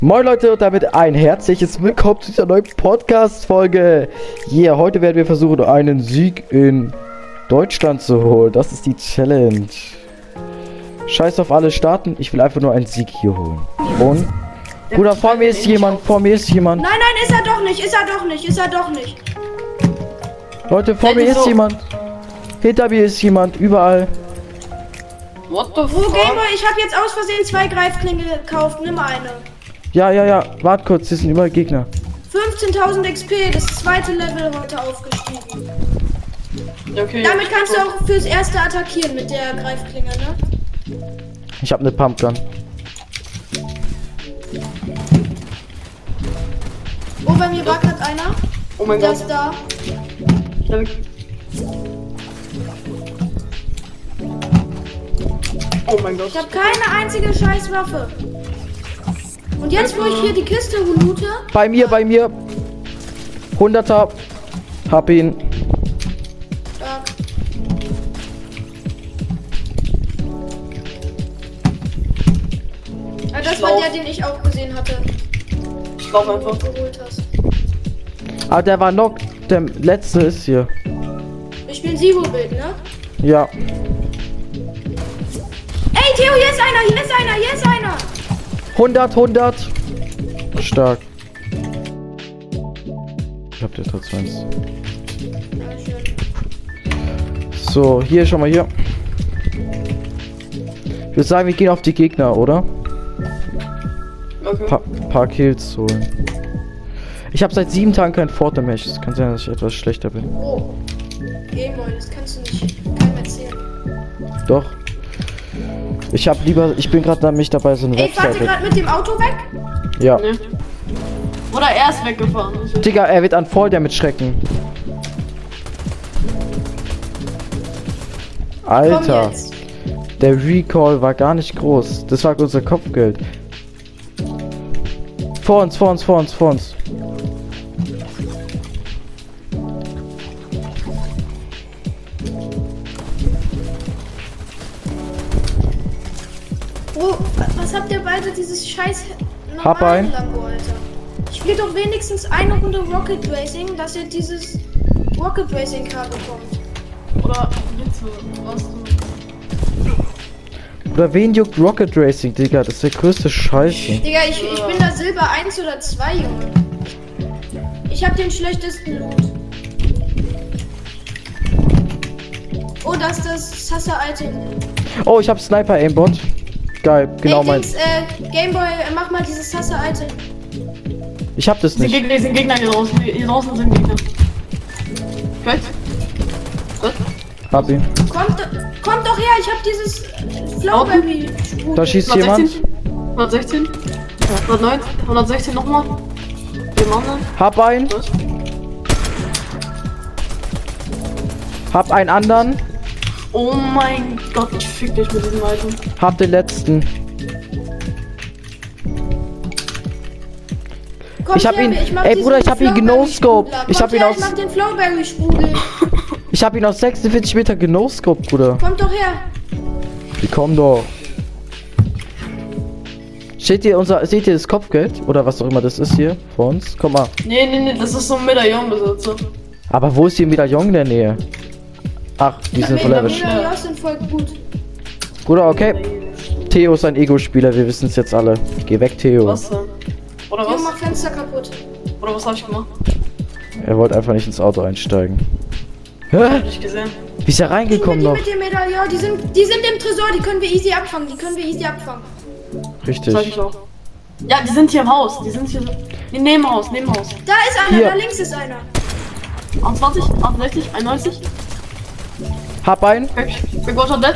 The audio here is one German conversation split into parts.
Moin Leute und damit ein herzliches Willkommen zu dieser neuen Podcast-Folge. Yeah, heute werden wir versuchen, einen Sieg in Deutschland zu holen. Das ist die Challenge. Scheiß auf alle Staaten, ich will einfach nur einen Sieg hier holen. Und? Bruder, vor mir ist jemand, Nein, ist er doch nicht, Leute, vor mir ist jemand. Hinter mir ist jemand, überall. What the fuck? Gamer, ich habe jetzt aus Versehen 2 Greifklingen gekauft, nimm eine. Ja, wart kurz, hier sind überall Gegner. 15.000 XP, das zweite Level heute aufgestiegen. Okay. Damit kannst du auch fürs erste attackieren mit der Greifklinge, ne? Ich habe eine Pumpgun. Oh, bei mir war gerade einer. Oh mein Der Gott. ist da. Oh mein Gott. Ich habe keine einzige scheiß Waffe. Und jetzt, wo ich hier die Kiste loote... Bei mir. 100er. Hab ihn. Stark. Ah, das war der, den ich auch gesehen hatte. Ich lauf einfach. Geholt hast. Ah, der war noch. Der letzte ist hier. Wir spielen Zero-Bild, ne? Ja. Ey, Theo, hier ist einer! 100. Stark. Ich hab dir trotzdem eins. Ja, schön. So, hier, schau mal hier. Ich würde sagen, wir gehen auf die Gegner, oder? Okay. Paar Kills holen. Ich habe seit 7 Tagen kein Fortnite mehr. Es kann sein, dass ich etwas schlechter bin. Oh. Gameboy, das kannst du nicht keinem erzählen. Doch. Ich bin gerade mich dabei, so eine Ey, fahrt ihr Webseite. gerade mit dem Auto weg? Ja. Nee. Oder er ist weggefahren. Digga, er wird an voll damit schrecken. Komm Alter, jetzt. der Recall war gar nicht groß. Das war unser Kopfgeld. Vor uns. Oh, was habt ihr beide dieses scheiß Hab normalen ein. Lambo, Alter? Spielt doch wenigstens eine Runde Rocket Racing, dass ihr dieses Rocket Racing Car bekommt. Oder bitte, was du. Oder wen juckt Rocket Racing, Digga? Das ist der größte Scheiße. Digga, ich bin da Silber 1 oder 2, Junge. Ich hab den schlechtesten Loot. Oh, das ist das Sassa-Item. Oh, ich hab Sniper Aimbot. Geil, genau mein. Gameboy, mach mal dieses Sassa-Item. Ich hab das Die nicht. Gegner hier draußen. Hier draußen sind Gegner. Okay. Was? Hab ihn. Kommt doch her, ich hab dieses Flowberry. Da schießt jemand. 116. 109. 116 nochmal. Dem anderen. Hab einen. Was? Hab einen anderen. Oh mein Gott, ich fick dich mit diesem Item. Hab den letzten. Ich hab ihn. Ey Bruder, ich hab ihn genoscoped. Ich hab ihn aus. Ich mach den Flowberry-Sprudel. Ich hab ihn aus 46 Meter genoscoped, Bruder. Kommt doch her. Die kommen doch. Seht ihr das Kopfgeld? Oder was auch immer das ist hier vor uns? Komm mal. Nee, das ist so ein Medaillon-Besitzer. Aber wo ist hier Medaillon in der Nähe? Ach, die sind voll erwischt. Ja, sind voll gut. Bruder, okay. Theo ist ein Ego-Spieler, wir wissen es jetzt alle. Geh weg, Theo. Was denn? Oder Theo, was? mach Fenster kaputt. Oder was hab ich gemacht? Er wollte einfach nicht ins Auto einsteigen. Hä? Hab ich gesehen. Wie ist er reingekommen Die noch? mit dem Medaillon, die sind im Tresor, die können wir easy abfangen. Richtig. Sag ich auch. Ja, die sind hier im Haus. Die sind hier. Die neben Haus. Da ist einer, Hier. da links ist einer. 28, 68, 91. Hab einen. Wir go schon dead.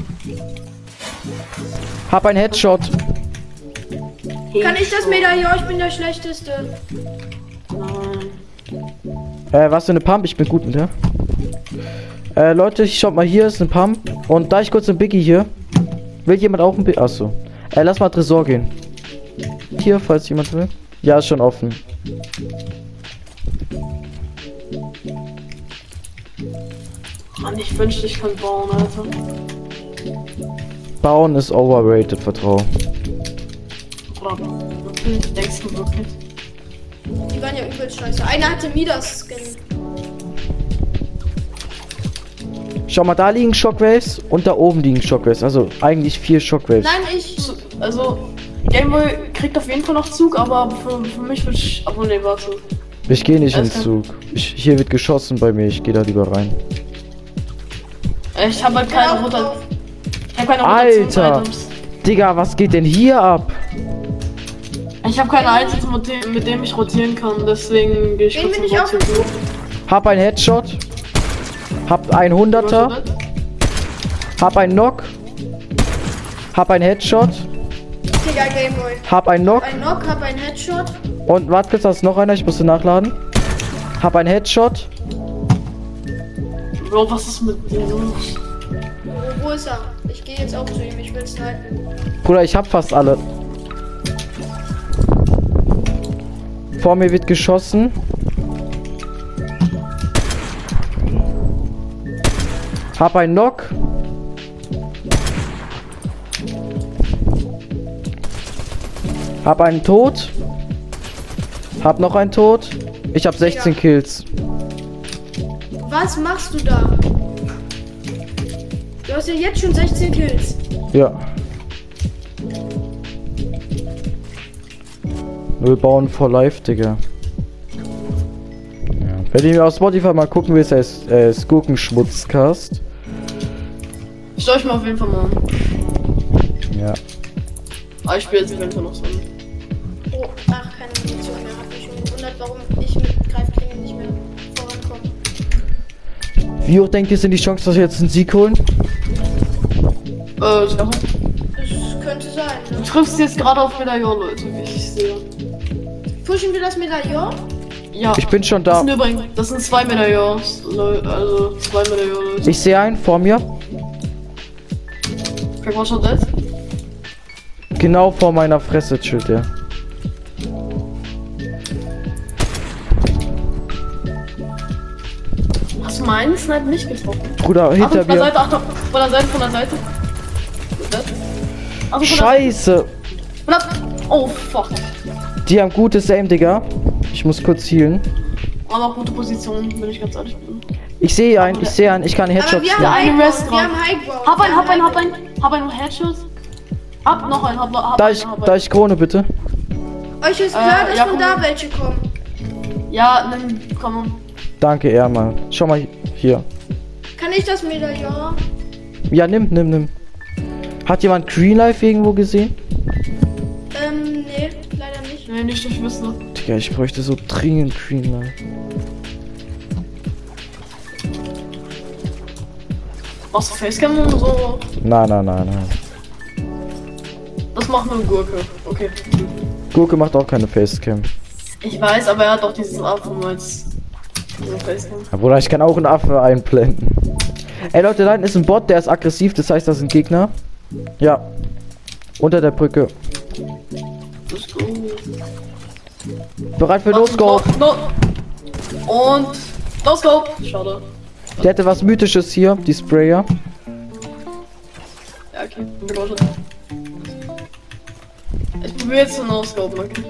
Hab einen Headshot. Kann ich das Medaillon? Ich bin der Schlechteste. Nein. Was für eine Pump? Ich bin gut mit der. Leute, schaut mal, hier ist eine Pump. Und da ich kurz ein Biggie hier. Will jemand auch ein Biggie? Achso. Lass mal Tresor gehen. Hier, falls jemand will. Ja, ist schon offen. Mann, ich wünschte, ich kann bauen, Alter. Bauen ist overrated, vertrau. Oder Wirklich? Denkst du wirklich? Die waren ja übel scheiße. Einer hatte Midas-Skin. Schau mal, da liegen Shockwaves und da oben liegen Shockwaves. Also eigentlich 4 Shockwaves. Nein, ich. Also, Gameboy kriegt auf jeden Fall noch Zug, aber für mich wird. Aber nee, warte. Ich gehe nicht Alles ins klar. Zug. Hier wird geschossen bei mir. Ich gehe da lieber rein. Ich habe halt keine Rotation. Ich habe keine Alter! Rotations-Items. Digga, was geht denn hier ab? Ich habe keine Items, mit dem ich rotieren kann, deswegen gehe ich Gehen kurz wir in nicht auf den Flug? Hab ein Headshot. Hab ein 100er. Hab ein Knock. Hab ein Headshot. Digga, Gameboy. Hab ein Knock. Ein Knock, hab ein Headshot. Und warte kurz, da ist noch einer. Ich musste nachladen. Hab ein Headshot. Bro, was ist mit dir los? Wo ist er? Ich gehe jetzt auch zu ihm, ich will snipen. Bruder, ich hab fast alle. Vor mir wird geschossen. Hab ein Knock. Hab einen Tod. Hab noch einen Tod. Ich hab 16 Kills. Was machst du da? Du hast ja jetzt schon 16 Kills. Ja. Null bauen for life, Digga. Ja. Wenn ich mir auf Spotify mal gucken will, ist es Gurkenschmutzcast. Schau ich mir auf jeden Fall mal an. Ja. Aber ich spiele jetzt eventuell noch so. Oh, ach, keine Munition mehr. Hab mich schon gewundert, warum ich mit Greifklingen nicht mehr vorankomme. Wie hoch denkt ihr, sind die Chancen, dass wir jetzt einen Sieg holen? Ich glaube, Das könnte sein, du ne? triffst jetzt gerade auf Medaillon, Leute, wie ich sehe. Pushen wir das Medaillon? Ja. Ich bin schon Das da. sind übrigens, das sind 2 Medaillons, also 2 Medaillons, Leute. Ich sehe einen vor mir. Okay, was schon das? Genau vor meiner Fresse chillt der. Hast du meinen Snipe nicht getroffen? Bruder, hinter Achtung, von der mir. Seite, Achtung, von der Seite. Das? Achtung, Scheiße. von der Oh, fuck. Die haben gutes Aim, Digga. Ich muss kurz healen. Aber auch gute Position, wenn ich ganz ehrlich bin. Ich sehe einen, ich sehe einen. Ich kann Aber Headshots wir haben Ja, machen. eine High Rest Ground. Wir drauf. haben High Ground. Hab einen Headshot. Hab noch einen, hab Da ich Krone, bitte. Euch ist klar, dass ja, von komm. da welche kommen. Ja, nimm, komm. Danke, Ermann. Schau mal hier. Kann ich das Medaillon? Ja, nimm. Hat jemand Green Life irgendwo gesehen? Nee, leider nicht. Nee, nicht durch Wissen. Digga, ich bräuchte so dringend Green Life. Was, Facecam und so? Nein. Das macht nur Gurke. Okay. Gurke macht auch keine Facecam. Ich weiß, aber er hat auch diesen Affen als so Facecam. Ja, Bruder, ich kann auch einen Affe einblenden. Ey Leute, da hinten ist ein Bot, der ist aggressiv, das heißt, das sind Gegner. Ja. Unter der Brücke. Let's go. Bereit für No-Scope. No. Und No-Scope. Schade. Der hätte was Mythisches hier, die Sprayer. Ja, okay. Bedeutet. Ich probiere jetzt zu No-Scope, okay.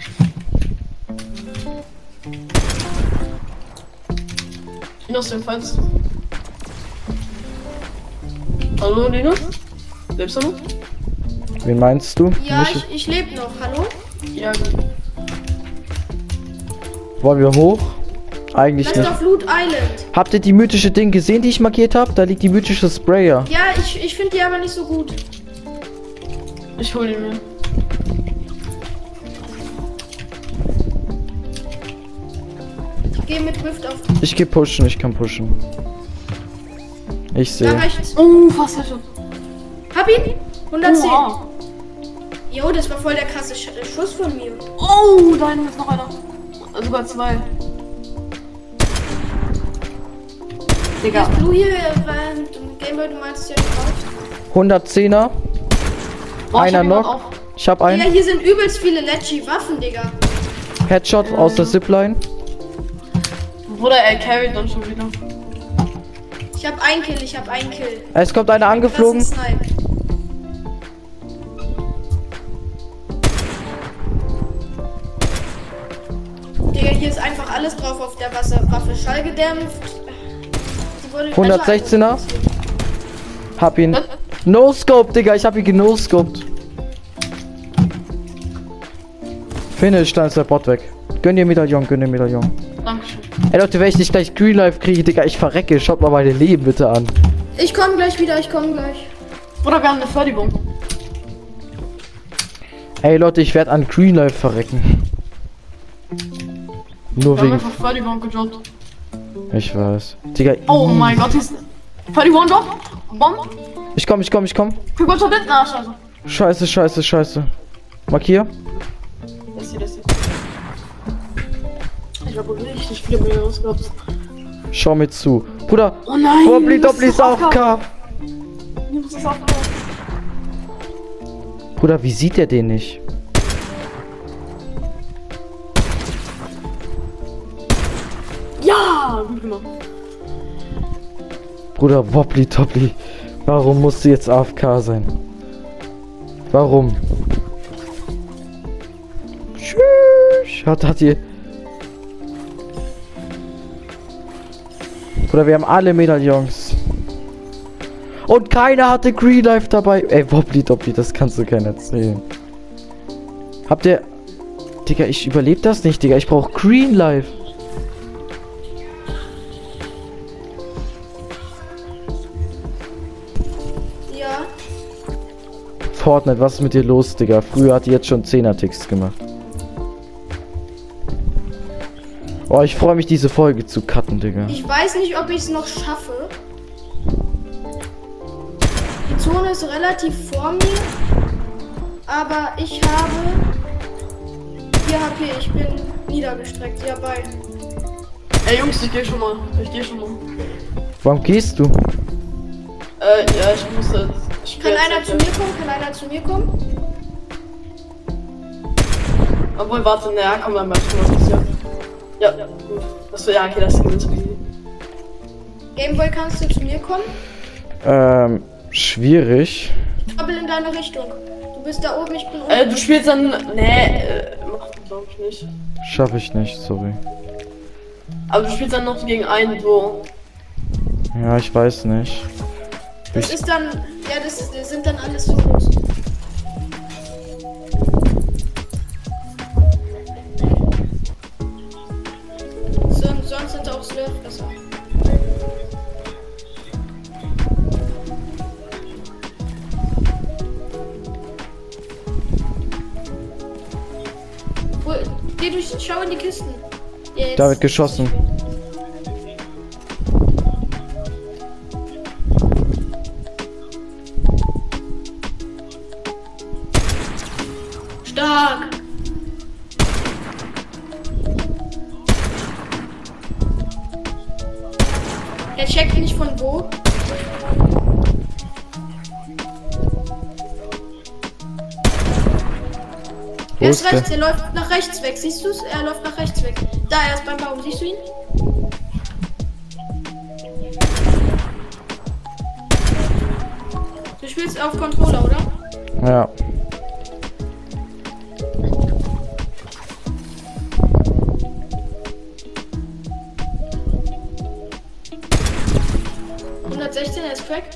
Linus, den Falls. Hallo, Linus? Lebst du noch? Wen meinst du? Ja, Mich? ich lebe noch. Hallo? Ja, gut. Wollen wir hoch? Eigentlich Lasst nicht. auf Loot Island. Habt ihr die mythische Ding gesehen, die ich markiert habe? Da liegt die mythische Sprayer. Ja, ich finde die aber nicht so gut. Ich hol ihn mir. Ich gehe mit Rift auf. Ich geh pushen, ich kann pushen. Ich Da sehe. rechts. Oh, fast Headshot. Hab ihn? 110. Oha. Jo, das war voll der krasse Schuss von mir. Oh, da hinten ist noch einer. Sogar 2. Digga. Ist Blue hier, weil Gameboy, du meinst ja drauf. 110er. Boah, ich Einer hab ihn grad noch. auf. Ich hab Ja, einen. hier sind übelst viele Lecci Waffen, Digga. Headshot aus der Zipline. Bruder, er carried dann schon wieder. Ich hab einen Kill, ich hab einen Kill. Es kommt einer Das angeflogen. ist ein Snipe. hier ist einfach alles drauf auf der Wasserwaffe. Schallgedämpft. Die wurde 116er. Hab ihn. No-Scope, Digga, ich hab ihn genoscoped. Finish, dann ist der Bot weg. Gönn dir Medaillon, gönn dir Medaillon. Dankeschön. Ey Leute, wenn ich nicht gleich Green Life kriege, Digga, ich verrecke. Schaut mal meine Leben bitte an. Ich komme gleich wieder, ich komme gleich. Oder wir haben eine Förderung. Ey Leute, ich werde an Green Life verrecken. Nur Wir haben wegen... einfach Förderung gedroppt. Ich weiß. Digga, Oh mein Gott, hier ist Förderung drop. Bomb. ich komm. Guck mal, schon hinten. Ah, scheiße. Scheiße. Markier. Das hier. Ich hab richtig viele Millions gehabt. Schau mir zu. Bruder, Oh nein. Wobbly Dopply ist auf K. Bruder, wie sieht der den nicht? Ja, gut gemacht. Bruder, Wobbly Dopply. Warum musst du jetzt AFK sein? Warum? Tschüss. Hat ihr... Bruder, wir haben alle Medaillons. Und keiner hatte Green Life dabei. Ey, Wobbly Dopply, das kannst du keiner erzählen. Habt ihr... Digga, ich überlebe das nicht, Digga. Ich brauche Green Life. Ja. Fortnite, was ist mit dir los, Digga? Früher hat die jetzt schon 10er-Ticks gemacht. Oh, ich freue mich, diese Folge zu cutten, Digga. Ich weiß nicht, ob ich es noch schaffe. Die Zone ist relativ vor mir. Aber ich habe 4 HP. Ich bin niedergestreckt. Ja, bei. Ey Jungs, ich geh schon mal. Warum gehst du? Ja, ich muss jetzt. Kann einer zu mir kommen? Obwohl, warte, naja, komm mal, was ist ja. Ja, gut. Das ja, okay, das ist ganz easy. Gameboy, kannst du zu mir kommen? Schwierig. Ich krabbel in deine Richtung. Du bist da oben, ich bin unten. Du spielst dann. Nee, macht glaub ich nicht. Schaffe ich nicht, sorry. Aber du spielst dann noch gegen einen Duo. Ja, ich weiß nicht. Das ist dann. Ja, das sind dann alles Solos. Sonst sind auch Slurf besser. Geh durch, schau in die Kisten. Ja, Da wird geschossen. Stark. Er checkt nicht von wo. Wo Er ist ist rechts, der? er läuft nach rechts weg. Siehst du es? Er läuft nach rechts weg. Da, er ist beim Baum. Siehst du ihn? Du spielst auf Controller, oder? Ja. Er ist crack.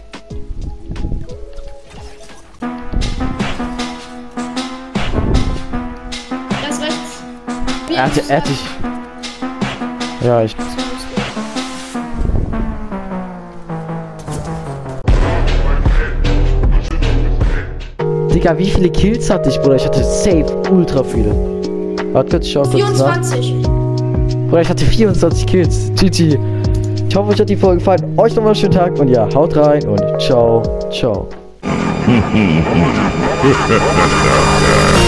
Er ist rechts. Er hat dich. Ja, ich. Digga, wie viele Kills hatte ich, Bruder? Ich hatte safe ultra viele. Warte kurz, ich schau kurz nach. 24. Bruder, ich hatte 24 Kills. GG. Ich hoffe, euch hat die Folge gefallen. Euch nochmal einen schönen Tag und ja, haut rein und ciao, ciao.